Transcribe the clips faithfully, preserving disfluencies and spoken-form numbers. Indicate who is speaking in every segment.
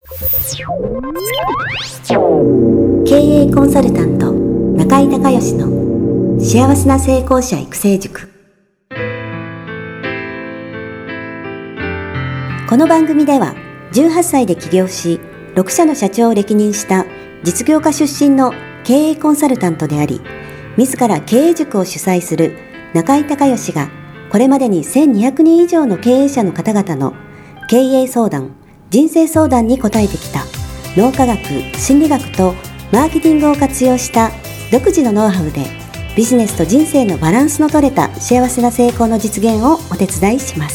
Speaker 1: 経営コンサルタント中井孝義の幸せな成功者育成塾。この番組ではじゅうはっさいで起業しろくしゃの社長を歴任した実業家出身の経営コンサルタントであり、自ら経営塾を主催する中井孝義がこれまでにせんにひゃくにん以上の経営者の方々の経営相談、人生相談に応えてきた脳科学、心理学とマーケティングを活用した独自のノウハウでビジネスと人生のバランスの取れた幸せな成功の実現をお手伝いします。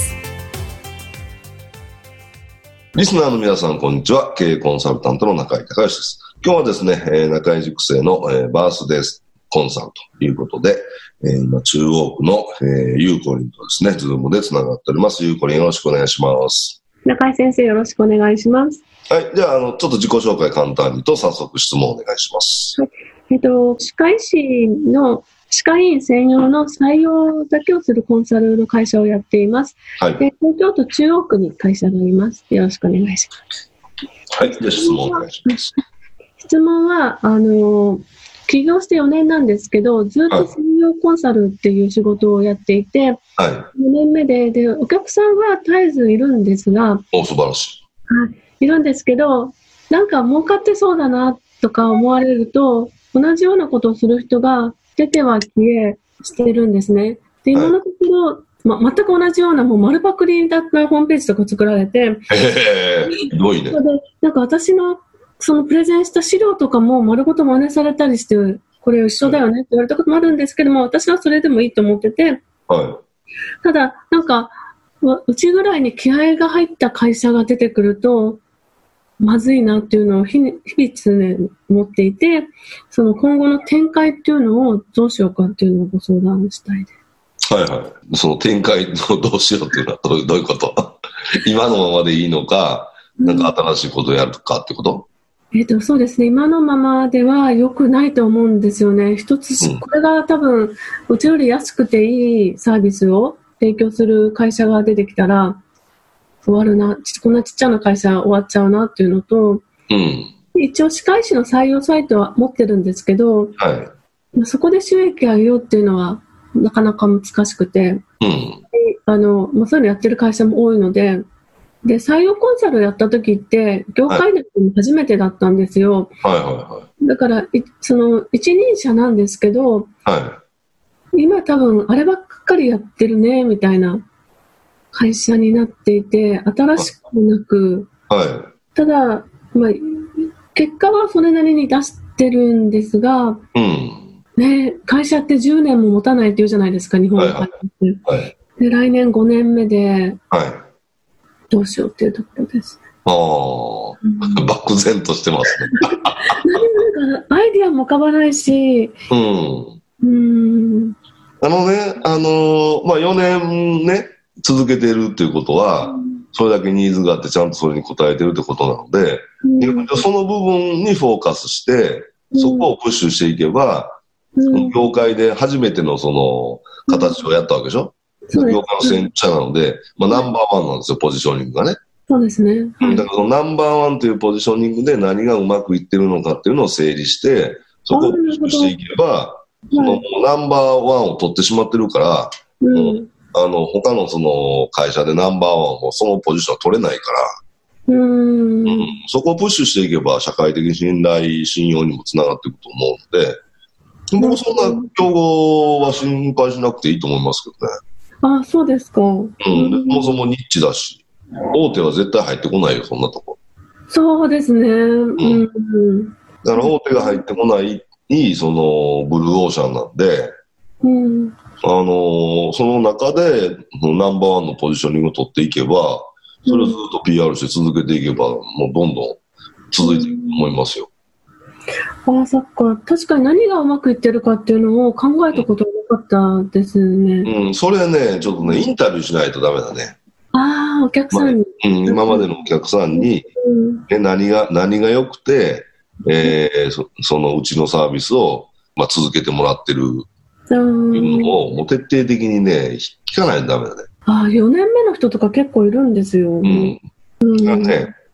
Speaker 2: リスナーの皆さん、こんにちは。経営コンサルタントの中井孝義です。今日はですね、中井塾生のバースデーコンサルということで、今中央区のゆうこりんとですね、ズームでつながっております。ゆうこりん、よろしくお願いします。
Speaker 3: 中井先生、よろしくお願いします。
Speaker 2: はい、じゃあ、あのちょっと自己紹介簡単にと早速質問をお願いします。
Speaker 3: はい、えっと、歯科医師の歯科医院専用の採用だけをするコンサルの会社をやっています。はい、で東京都中央区に会社があります。よろしくお願いします。
Speaker 2: はい、じゃあ質問お願いします。
Speaker 3: 質問は、あの、起業してよねんなんですけど、ずっと採用コンサルっていう仕事をやっていて、はい、よねんめで、で、お客さんは絶えずいるんですが、
Speaker 2: お、素晴らしい。
Speaker 3: はい、いるんですけど、なんか儲かってそうだなとか思われると、同じようなことをする人が出ては消えしてるんですね。で、今のところ、はい、ま、全く同じようなもう丸パクリだったホームページとか作られて、
Speaker 2: へー、ひどいね。
Speaker 3: で、なんか私のそのプレゼンした資料とかも丸ごと真似されたりして、これ一緒だよねって言われたこともあるんですけども、私はそれでもいいと思ってて、はい、ただ、なんか、うちぐらいに気合が入った会社が出てくると、まずいなっていうのを日々常に思っていて、その今後の展開っていうのをどうしようかっていうのをご相談したいです。
Speaker 2: はいはい。その展開のどうしようっていうのはどういう、どういうこと今のままでいいのか、なんか新しいことをやるかってこと、
Speaker 3: うん、えっと、そうですね。今のままでは良くないと思うんですよね。一つ、うん、これが多分、うちより安くていいサービスを提供する会社が出てきたら、終わるな、こんなちっちゃな会社終わっちゃうなっていうのと、うん、一応歯科医師の採用サイトは持ってるんですけど、はい、そこで収益上げようっていうのはなかなか難しくて、うん、あのまあ、そういうのやってる会社も多いので、で採用コンサルをやった時って業界でも初めてだったんですよ。はいはいはい、だからその一人者なんですけど、はい、今多分あればっかりやってるねみたいな会社になっていて、新しくもなく、はい、ただ、まあ、結果はそれなりに出してるんですが、うんね、会社ってじゅうねんも持たないって言うじゃないですか、日本の会社って、はいはい、で来年ごねんめで、はい、どうしようっていうところです。
Speaker 2: ああ、うん、漠然としてますね。
Speaker 3: なんかアイディアも浮かばないし、うん、
Speaker 2: うん、あのね、あのー、まあよねんね、続けているっていうことは、うん、それだけニーズがあってちゃんとそれに応えてるってことなので、うん、その部分にフォーカスして、そこをプッシュしていけば、うん、その業界で初めてのその形をやったわけでしょ、うん、業界の先駆者なので、まあ、ナンバーワンなんですよ、ポジショニングがね。
Speaker 3: そうですね。
Speaker 2: はい、だからそのナンバーワンというポジショニングで何がうまくいってるのかっていうのを整理して、そこをプッシュしていけば、そのナンバーワンを取ってしまってるから、うん、あの他のその会社でナンバーワンもそのポジションは取れないから、うーん、うん、そこをプッシュしていけば社会的信頼信用にもつながっていくと思うので、もうそんな競合は心配しなくていいと思いますけど
Speaker 3: ね。あ、そうですか。うん、
Speaker 2: でそもそもニッチだし、大手は絶対入ってこないよ、そんなとこ。
Speaker 3: そうですね。うん、
Speaker 2: だから大手が入ってこないそのブルーオーシャンなんで、うん、あのー、その中でナンバーワンのポジショニングを取っていけば、それをずっと ピーアール して続けていけば、もうどんどん続いていくと思いますよ。
Speaker 3: うん、ああ、そっか。確かに何がうまくいってるかっていうのを考えたことなかったですね。
Speaker 2: うん、うん、それね、ちょっとね、インタビューしないとダメだね。
Speaker 3: ああ、お客さんに、
Speaker 2: まあうん。今までのお客さんに、うん、何が、何が良くて、えー、そ, そのうちのサービスを、まあ、続けてもらってるっていうのをもう徹底的にね聞かないとダメだね。
Speaker 3: ああ、よねんめの人とか結構いるんですよ。
Speaker 2: うん。うん、ね、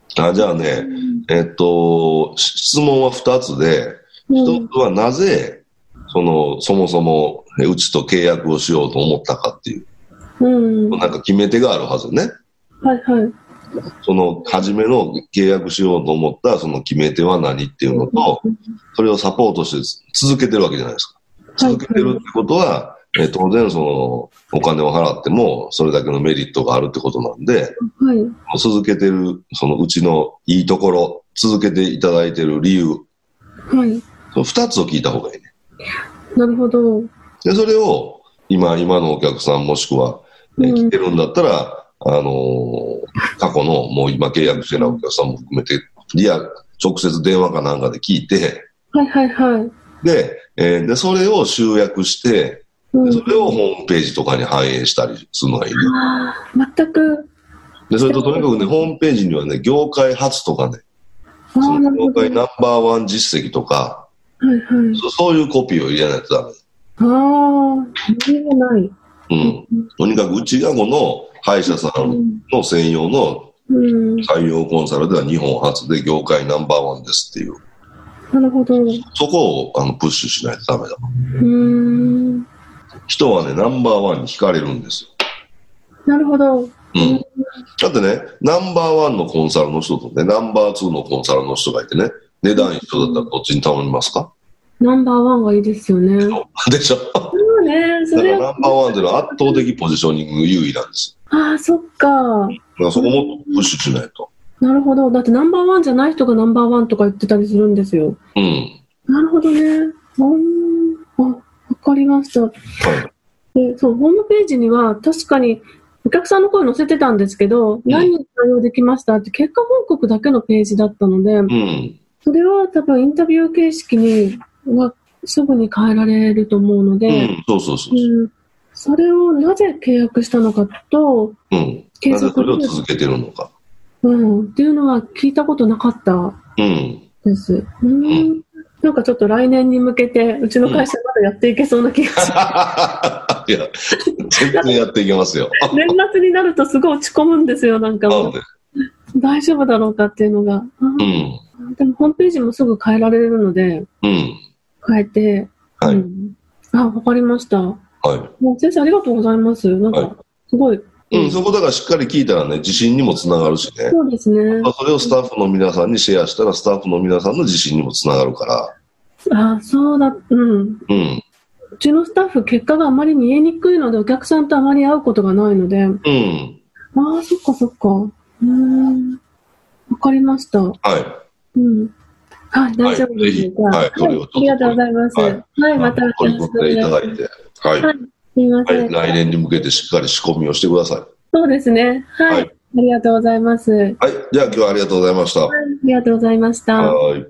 Speaker 2: あ、じゃあね、えっと、質問はふたつで、
Speaker 3: うん
Speaker 2: ひとつはなぜ、その、そもそも、えうちと契約をしようと思ったかっていう、
Speaker 3: うん。
Speaker 2: なんか決め手があるはずね。
Speaker 3: はいはい。
Speaker 2: その、初めの契約しようと思ったその決め手は何っていうのと、それをサポートして続けてるわけじゃないですか。続けてるってことは、え当然その、お金を払っても、それだけのメリットがあるってことなんで、
Speaker 3: はい。
Speaker 2: 続けてる、そのうちのいいところ、続けていただいてる理由、
Speaker 3: はい。
Speaker 2: そのふたつを聞いた方がいいね。
Speaker 3: なるほど。
Speaker 2: で、それを、今、今のお客さんもしくは、え
Speaker 3: うん
Speaker 2: 来てるんだったら、あのー過去の、もう今契約してないお客さんも含めて、リアル、直接電話かなんかで聞いて、
Speaker 3: はいはいはい。
Speaker 2: で、えーで、それを集約して、
Speaker 3: うん、
Speaker 2: でそれをホームページとかに反映したりするのがいいね。
Speaker 3: ああ、全く。
Speaker 2: で、それととにかくね、ホームページにはね、業界初とかね、
Speaker 3: ああ、
Speaker 2: その
Speaker 3: なるほど。
Speaker 2: 業界ナンバーワン実績とか、
Speaker 3: はいはい。
Speaker 2: そそういうコピーを入れないとダメ。
Speaker 3: ああ、理由がない。
Speaker 2: うん。とにかく、うちがこの歯医者さんの専用の
Speaker 3: うん。
Speaker 2: 採用コンサルでは日本初で業界ナンバーワンですっていう、
Speaker 3: なるほど。う
Speaker 2: そこをあのプッシュしないとダメだ。
Speaker 3: ーん。
Speaker 2: 人はね、ナンバーワンに惹かれるんですよ。
Speaker 3: なるほど。
Speaker 2: うん。だってね、ナンバーワンのコンサルの人とね、ナンバーツーのコンサルの人がいてね、値段一緒だったらどっちに頼みますか？
Speaker 3: ナンバーワンがいいですよね。
Speaker 2: でしょ？
Speaker 3: そうね。そ
Speaker 2: だか
Speaker 3: れ
Speaker 2: らナンバーワンというのは圧倒的ポジショニング優位なんです。
Speaker 3: ああ、そっか。
Speaker 2: だからそこもプッシュしないと。
Speaker 3: なるほど。だってナンバーワンじゃない人がナンバーワンとか言ってたりするんですよ。
Speaker 2: うん。
Speaker 3: なるほどね。うーん。あ、わかりました。
Speaker 2: はい。
Speaker 3: で、そう、ホームページには確かにお客さんの声載せてたんですけど、何に対応できましたって結果報告だけのページだったので、
Speaker 2: うん。
Speaker 3: それは多分インタビュー形式にはすぐに変えられると思うの
Speaker 2: う
Speaker 3: で、
Speaker 2: ん。そうそうそう。
Speaker 3: うん、それをなぜ契約したのかと、
Speaker 2: うん。
Speaker 3: 継
Speaker 2: なぜそれを
Speaker 3: 続で、
Speaker 2: 続けてるのか。
Speaker 3: うん、っていうのは聞いたことなかった
Speaker 2: うん。
Speaker 3: です。うん、なんかちょっと来年に向けて、うちの会社まだやっていけそうな気がします。
Speaker 2: いや、全然やっていけますよ。
Speaker 3: 年末になるとすごい落ち込むんですよ、なんかもう
Speaker 2: なんで。
Speaker 3: 大丈夫だろうかっていうのが。
Speaker 2: うん。
Speaker 3: でもホームページもすぐ変えられるので、
Speaker 2: うん。
Speaker 3: 変えて、
Speaker 2: はい。
Speaker 3: うん、あ、わかりました。
Speaker 2: は
Speaker 3: もう先生ありがとうございます。なん
Speaker 2: はい
Speaker 3: か、すごい。
Speaker 2: い。うん、そこだからしっかり聞いたらね、自信にもつながるしね。
Speaker 3: そうですね。
Speaker 2: まあそれをスタッフの皆さんにシェアしたら、スタッフの皆さんの自信にもつながるから。
Speaker 3: あ、そうだ、うん。
Speaker 2: うん。
Speaker 3: うちのスタッフ、結果があまり見えにくいので、お客さんとあまり会うことがないので、あ
Speaker 2: うん。
Speaker 3: あ、そっかそっか。うーん。わかりました。
Speaker 2: はい。
Speaker 3: うん。はい、大丈夫です。
Speaker 2: はいぜひ
Speaker 3: じゃあ、
Speaker 2: はいそれをちょっと
Speaker 3: ありがとうございます。
Speaker 2: は
Speaker 3: はいい、またよ
Speaker 2: 取り
Speaker 3: ろしく
Speaker 2: 組んでいただ
Speaker 3: お願いし
Speaker 2: いて。はい。
Speaker 3: ます。はい、すみません。
Speaker 2: はい。来年に向けてしっかり仕込みをしてください。
Speaker 3: そうですね。はい、
Speaker 2: はい
Speaker 3: ありがとうございます。はい、
Speaker 2: はい。じゃあ今日はありがとうございました。
Speaker 3: ありがとうございました。
Speaker 2: はい。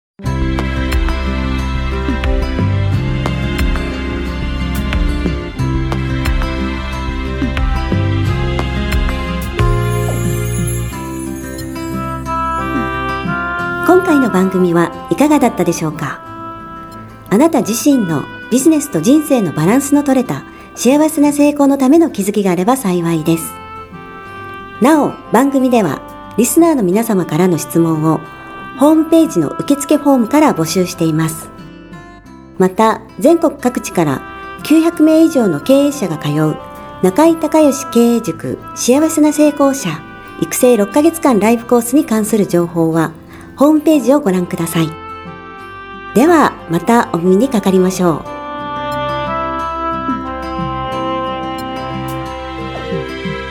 Speaker 1: 今回の番組はいかがだったでしょうか。あなた自身のビジネスと人生のバランスの取れた幸せな成功のための気づきがあれば幸いです。なお、番組ではリスナーの皆様からの質問をホームページの受付フォームから募集しています。また、全国各地からきゅうひゃくめい以上の経営者が通う中井孝義経営塾幸せな成功者育成ろっかげつかんライブコースに関する情報はホームページをご覧ください。ではまたお耳にかかりましょう。